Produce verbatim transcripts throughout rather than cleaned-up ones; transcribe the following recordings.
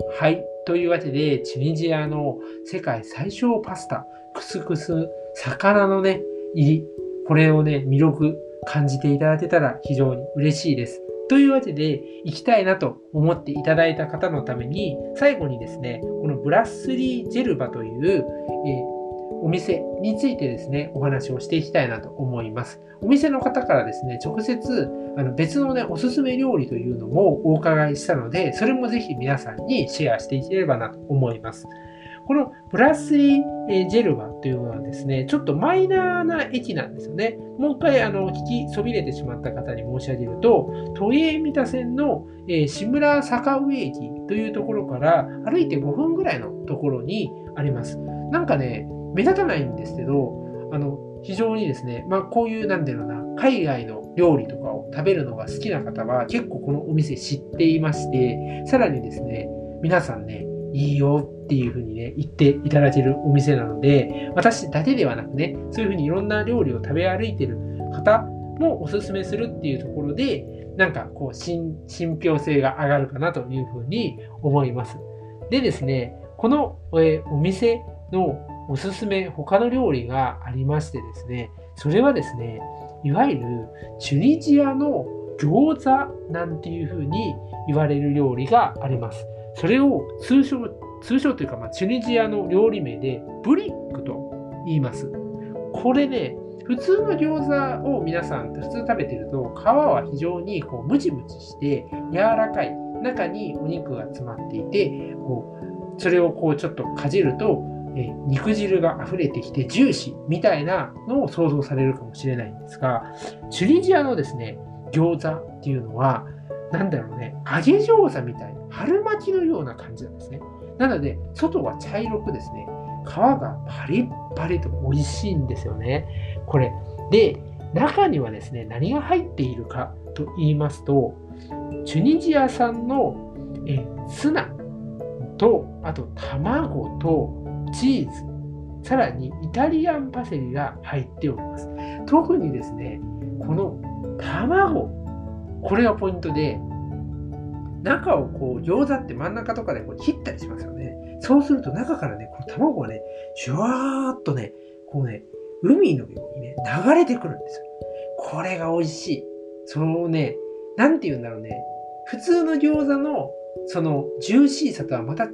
はい。というわけで、チュニジアの世界最小パスタ、クスクス、魚のね、入り、これをね、魅力感じていただけたら非常に嬉しいです。というわけで、行きたいなと思っていただいた方のために、最後にですね、このブラッスリー・ジェルバという、えーお店についてですね、お話をしていきたいなと思います。お店の方からですね、直接あの別のね、おすすめ料理というのもお伺いしたので、それもぜひ皆さんにシェアしていければなと思います。このブラスリージェルバというのはですね、ちょっとマイナーな駅なんですよね。もう一回あの聞きそびれてしまった方に申し上げると、都営三田線の、えー、志村坂上駅というところから歩いてごふんぐらいのところにあります。なんかね、目立たないんですけど、あの非常にですね、まあこういうなんだろうな、海外の料理とかを食べるのが好きな方は結構このお店知っていまして、さらにですね、皆さんね、いいよっていう風にね、言っていただけるお店なので、私だけではなくね、そういう風にいろんな料理を食べ歩いてる方もおすすめするっていうところで、なんかこう、信憑性が上がるかなという風に思います。でですね、この、えー、お店のおすすめ、他の料理がありましてですね、それはですね、いわゆるチュニジアの餃子なんていう風に言われる料理があります。それを通称、通称というか、まあ、チュニジアの料理名でブリックと言います。これね、普通の餃子を皆さん普通食べてると、皮は非常にこうムチムチして柔らかい。中にお肉が詰まっていて、こうそれをこうちょっとかじると、え肉汁が溢れてきてジューシーみたいなのを想像されるかもしれないんですが、チュニジアのですね、餃子っていうのは、なんだろうね、揚げ餃子みたいな、春巻きのような感じなんですね。なので、外は茶色くですね、皮がパリッパリと美味しいんですよね。これ。で、中にはですね、何が入っているかと言いますと、チュニジア産のえツナと、あと卵とチーズ、さらにイタリアンパセリが入っております。特にですね、この卵、これがポイントで、中をこう餃子って真ん中とかでこう切ったりしますよね。そうすると中からね、この卵がね、シュワーっとね、こうね、海のようにね、流れてくるんですよ。これが美味しい。そのね、なんて言うんだろうね、普通の餃子のそのジューシーさとはまた違った、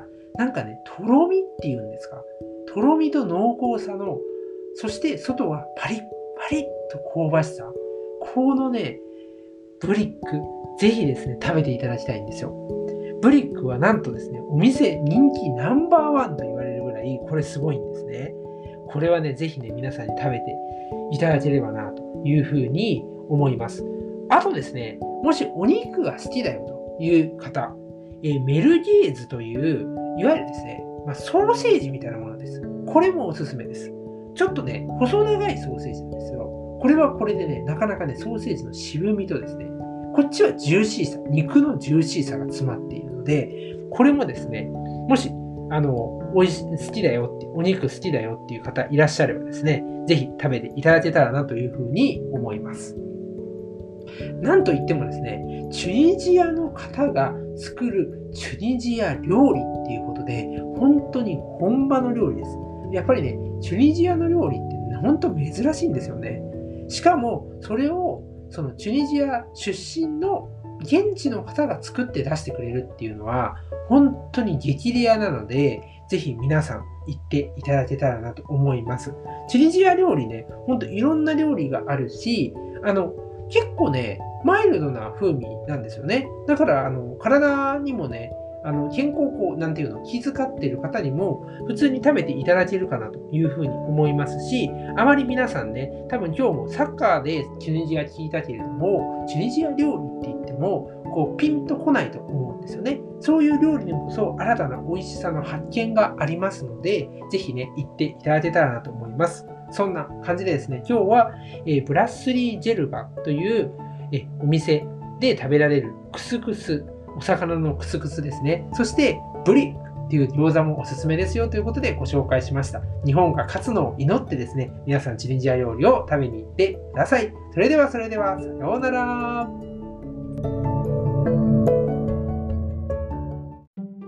なんかね、とろみっていうんですか。とろみと濃厚さの、そして外はパリッパリッと香ばしさ。このね、ブリック、ぜひですね、食べていただきたいんですよ。ブリックはなんとですね、お店人気ナンバーワンと言われるぐらい、これすごいんですね。これはね、ぜひね、皆さんに食べていただければな、というふうに思います。あとですね、もしお肉が好きだよという方、えー、メルゲーズという、いわゆるですね、まあ、ソーセージみたいなものです。これもおすすめです。ちょっとね、細長いソーセージなんですよ。これはこれでね、なかなかね、ソーセージの渋みとですね、こっちはジューシーさ、肉のジューシーさが詰まっているので、これもですね、もし、あの、おいし、好きだよって、お肉好きだよっていう方いらっしゃればですね、ぜひ食べていただけたらなというふうに思います。なんといってもですね、チュニジアの方が作るチュニジア料理っていうことで、本当に本場の料理です。やっぱりね、チュニジアの料理って本当珍しいんですよね。しかも、それをそのチュニジア出身の現地の方が作って出してくれるっていうのは本当に激レアなので、ぜひ皆さん行っていただけたらなと思います。チュニジア料理ね、ほんといろんな料理があるし、あの、結構ね、マイルドな風味なんですよね。だから、あの、体にもね、あの健康こうなんていうの気遣っている方にも普通に食べていただけるかなというふうに思いますし、あまり皆さんね、多分今日もサッカーでチュニジア聞いたけれども、チュニジア料理って言ってもこうピンとこないと思うんですよね。そういう料理にこそ新たな美味しさの発見がありますので、ぜひね行っていただけたらなと思います。そんな感じでですね、今日は、えー、ブラッスリージェルバというえお店で食べられるクスクス、お魚のクスクスですね。そして、ブリックっていう餃子もおすすめですよということでご紹介しました。日本が勝つのを祈ってですね、皆さんチュニジア料理を食べに行ってください。それではそれでは、さようなら。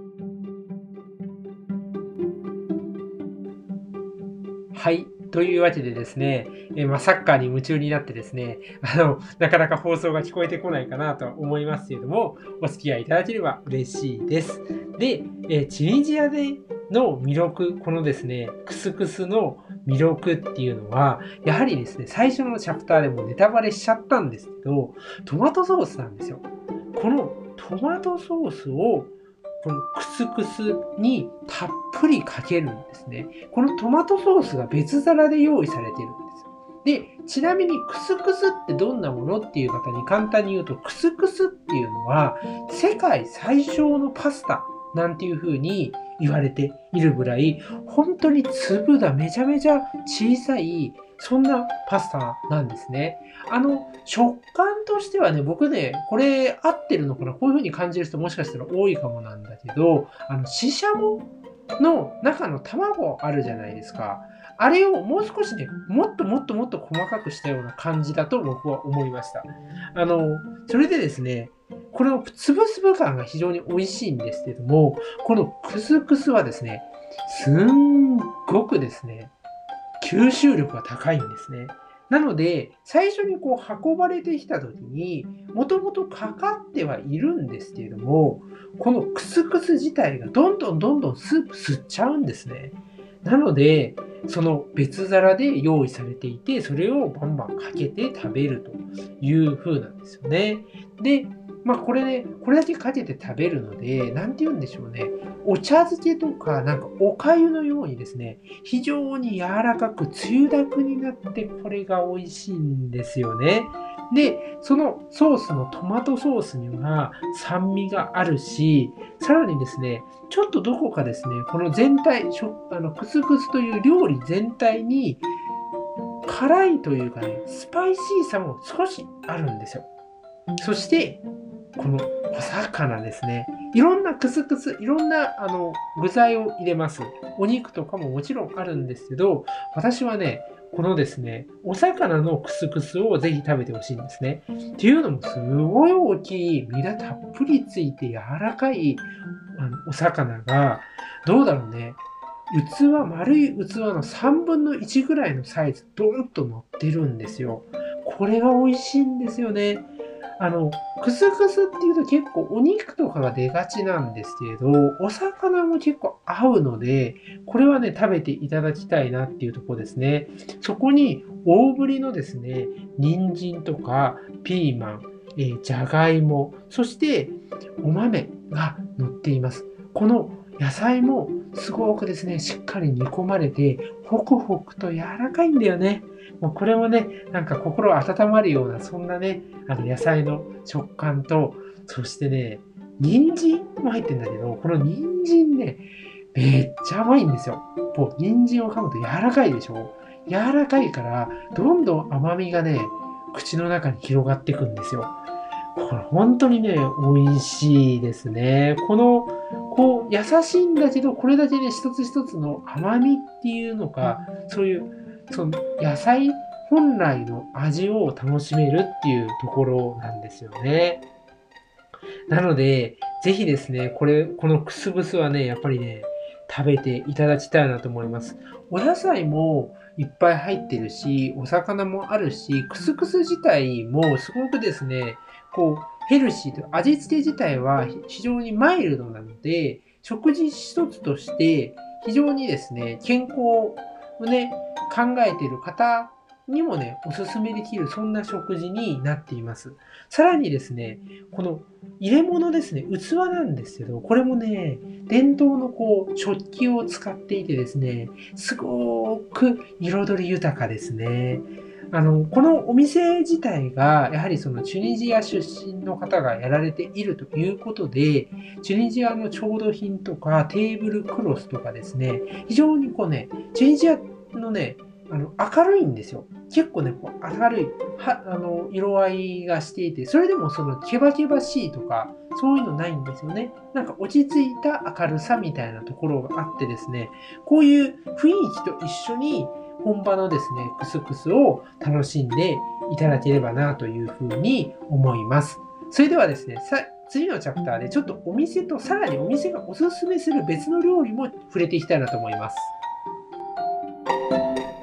はい。というわけでですね、えーまあ、サッカーに夢中になってですね、あの、なかなか放送が聞こえてこないかなとは思いますけれども、お付き合いいただければ嬉しいです。で、えーチュニジアでの魅力、このですね、クスクスの魅力っていうのは、やはりですね、最初のチャプターでもネタバレしちゃったんですけど、トマトソースなんですよ。このトマトソースをこのクスクスにたっぷりかけるんですね。このトマトソースが別皿で用意されているんですよ。で、ちなみにクスクスってどんなものっていう方に簡単に言うと、クスクスっていうのは世界最小のパスタなんていう風に言われているぐらい、本当に粒がめちゃめちゃ小さい、そんなパスタなんですね。あの、食感としてはね、僕ね、これ合ってるのかな、こういう風に感じる人もしかしたら多いかもなんだけど、あの、シシャモの中の卵あるじゃないですか。あれをもう少しね、もっともっともっと細かくしたような感じだと僕は思いました。あの、それでですね、このつぶつぶ感が非常に美味しいんですけども、このクスクスはですね、すんごくですね、吸収力が高いんですね。なので、最初にこう運ばれてきた時に、もともとかかってはいるんですけれども、このクスクス自体がどんどんどんどんスープ吸っちゃうんですね。なので、その別皿で用意されていて、それをバンバンかけて食べるという風なんですよね。で、まあこれね、これだけかけて食べるので、なんて言うんでしょうね。お茶漬けとか、なんかお粥のようにですね、非常に柔らかく、つゆだくになって、これが美味しいんですよね。で、そのソースのトマトソースには酸味があるし、さらにですね、ちょっとどこかですね、この全体、しょあのクスクスという料理全体に辛いというかね、スパイシーさも少しあるんですよ。そして、この小魚ですね。いろんなクスクス、いろんなあの具材を入れます。お肉とかももちろんあるんですけど、私はね、このですね、お魚のクスクスをぜひ食べてほしいんですね。っていうのもすごい大きい、身がたっぷりついて柔らかいあのお魚が、どうだろうね、器、丸い器のさんぶんのいちぐらいのサイズ、ドーンと乗ってるんですよ。これが美味しいんですよね。あの、クスクスっていうと結構お肉とかが出がちなんですけれど、お魚も結構合うので、これはね、食べていただきたいなっていうところですね。そこに大ぶりのですね、人参とかピーマン、えー、じゃがいも、そしてお豆が乗っています。この野菜もすごくですね、しっかり煮込まれて、ホクホクと柔らかいんだよね。もうこれもね、なんか心温まるような、そんなね、あの野菜の食感と、そしてね、人参も入ってんだけど、この人参ね、めっちゃ甘いんですよ。もう人参を噛むと柔らかいでしょ。柔らかいから、どんどん甘みがね、口の中に広がっていくんですよ。これ本当にね、美味しいですね。この、こう、優しいんだけど、これだけね、一つ一つの甘みっていうのか、そういう、その野菜本来の味を楽しめるっていうところなんですよね。なので、ぜひですね、これ、このクスブスはね、やっぱりね、食べていただきたいなと思います。お野菜もいっぱい入ってるし、お魚もあるし、クスクス自体もすごくですね、こう、ヘルシーと、味付け自体は非常にマイルドなので、食事一つとして非常にですね、健康をね、考えている方にもね、おすすめできる、そんな食事になっています。さらにですね、この入れ物ですね、器なんですけど、これもね、伝統のこう、食器を使っていてですね、すごく彩り豊かですね。あの、このお店自体が、やはりそのチュニジア出身の方がやられているということで、チュニジアの調度品とかテーブルクロスとかですね、非常にこうね、チュニジアのね、あの明るいんですよ。結構ね、こう明るいはあの色合いがしていて、それでもそのケバケバしいとか、そういうのないんですよね。なんか落ち着いた明るさみたいなところがあってですね、こういう雰囲気と一緒に本場のですね、クスクスを楽しんでいただければなというふうに思います。それではですね、さ次のチャプターでちょっとお店とさらにお店がおすすめする別の料理も触れていきたいなと思います。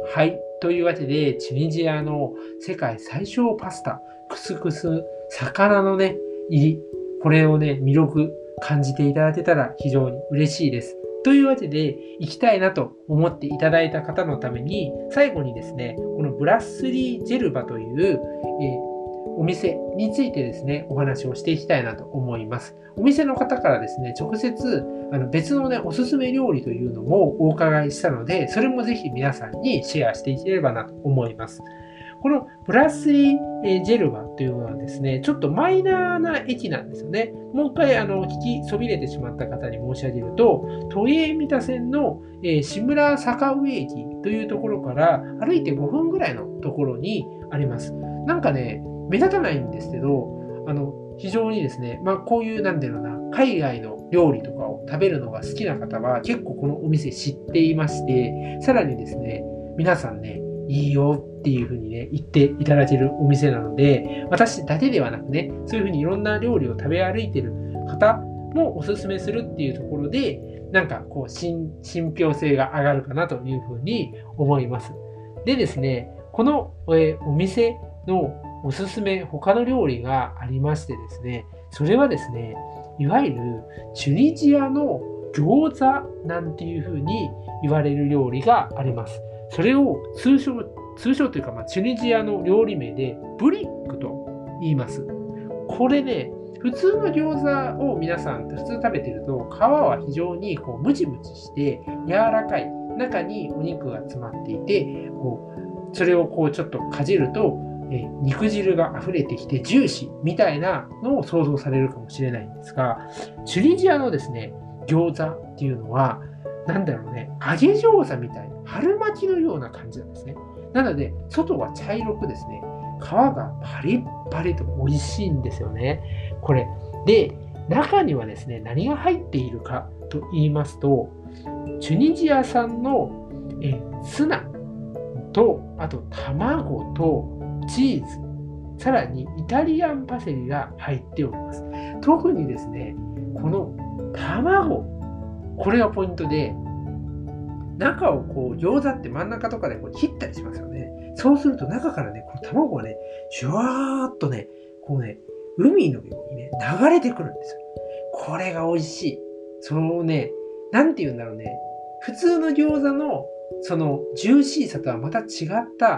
はい。というわけで、チュニジアの世界最小パスタ、クスクス、魚のね、入り、これをね、魅力感じていただけたら非常に嬉しいです。というわけで、行きたいなと思っていただいた方のために、最後にですね、このブラッスリージェルバという、えーお店についてですね、お話をしていきたいなと思います。お店の方からですね、直接あの別のね、おすすめ料理というのもお伺いしたので、それもぜひ皆さんにシェアしていければなと思います。このブラッスリージェルバというのはですね、ちょっとマイナーな駅なんですよね。もう一回あの聞きそびれてしまった方に申し上げると、都営三田線の、えー、志村坂上駅というところから歩いてごふんぐらいのところにあります。なんかね、目立たないんですけど、あの非常にですね、まあこういうなんだろうな、海外の料理とかを食べるのが好きな方は結構このお店知っていまして、さらにですね、皆さんね、いいよっていう風にね、言っていただけるお店なので、私だけではなくね、そういう風にいろんな料理を食べ歩いてる方もおすすめするっていうところで、なんかこう信憑性が上がるかなという風に思います。でですね、この、えー、お店のおすすめ他の料理がありましてですね、それはですね、いわゆるチュニジアの餃子なんていう風に言われる料理があります。それを通称、通称というか、まあ、チュニジアの料理名でブリックと言います。これね、普通の餃子を皆さん普通食べてると、皮は非常にこうムチムチして柔らかい、中にお肉が詰まっていて、こうそれをこうちょっとかじると、え肉汁が溢れてきてジューシーみたいなのを想像されるかもしれないんですが、チュニジアのですね、餃子っていうのは、なんだろうね、揚げ餃子みたいな、春巻きのような感じなんですね。なので、外は茶色くですね、皮がパリッパリと美味しいんですよね。これ。で、中にはですね、何が入っているかと言いますと、チュニジア産のえツナと、あと卵とチーズ、さらにイタリアンパセリが入っております。特にですね、この卵、これがポイントで、中をこう餃子って真ん中とかでこう切ったりしますよね。そうすると中からね、この卵がね、シュワーっとね、こうね、海のようにね、流れてくるんですよ。これが美味しい。そのね、なんて言うんだろうね、普通の餃子のそのジューシーさとはまた違った、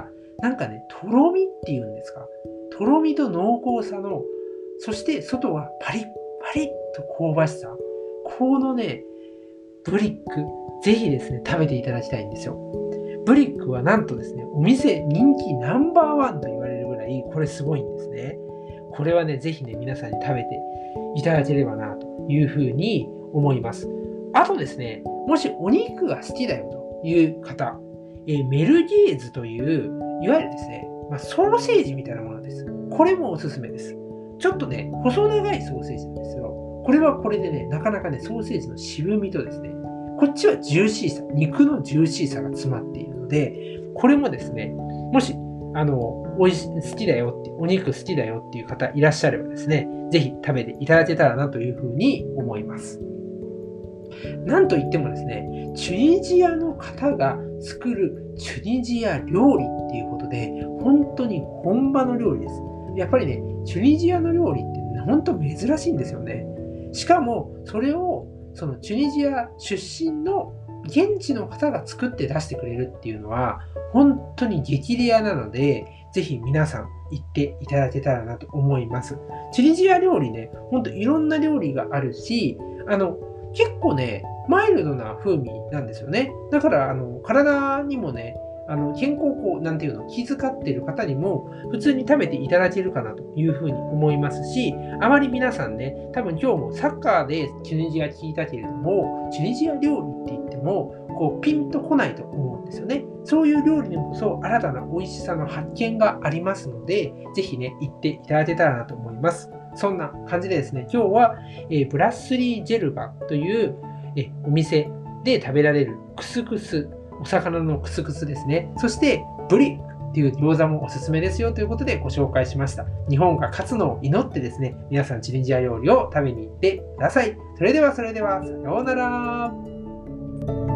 なんかね、とろみっていうんですか。とろみと濃厚さの、そして外はパリッパリッと香ばしさ。このね、ブリック、ぜひですね、食べていただきたいんですよ。ブリックはなんとですね、お店人気ナンバーワンと言われるぐらい、これすごいんですね。これはね、ぜひね、皆さんに食べていただければな、というふうに思います。あとですね、もしお肉が好きだよという方、えー、メルゲーズという、いわゆるですね、まあ、ソーセージみたいなものです。これもおすすめです。ちょっとね、細長いソーセージなんですよ。これはこれでね、なかなかね、ソーセージの渋みとですね、こっちはジューシーさ、肉のジューシーさが詰まっているので、これもですね、もし、あの、おいし、好きだよって、お肉好きだよっていう方いらっしゃればですね、ぜひ食べていただけたらなというふうに思います。なんといってもですね、チュニジアの方が作るチュニジア料理っていうことで、本当に本場の料理です。やっぱりね、チュニジアの料理って本当珍しいんですよね。しかも、それをそのチュニジア出身の現地の方が作って出してくれるっていうのは、本当に激レアなので、ぜひ皆さん行っていただけたらなと思います。チュニジア料理ね、本当いろんな料理があるし、あの、結構ね、マイルドな風味なんですよね。だから、あの、体にもね、あの、健康こう、なんていうの、気遣っている方にも、普通に食べていただけるかなというふうに思いますし、あまり皆さんね、多分今日もサッカーでチュニジア聞いたけれども、チュニジア料理って言っても、こう、ピンとこないと思うんですよね。そういう料理にこそ、新たな美味しさの発見がありますので、ぜひね、行っていただけたらなと思います。そんな感じでですね、今日は、えー、ブラッスリージェルバというえお店で食べられるクスクス、お魚のクスクスですね。そして、ブリックっていう餃子もおすすめですよということでご紹介しました。日本が勝つのを祈ってですね、皆さんチュニジア料理を食べに行ってください。それではそれでは、さようなら。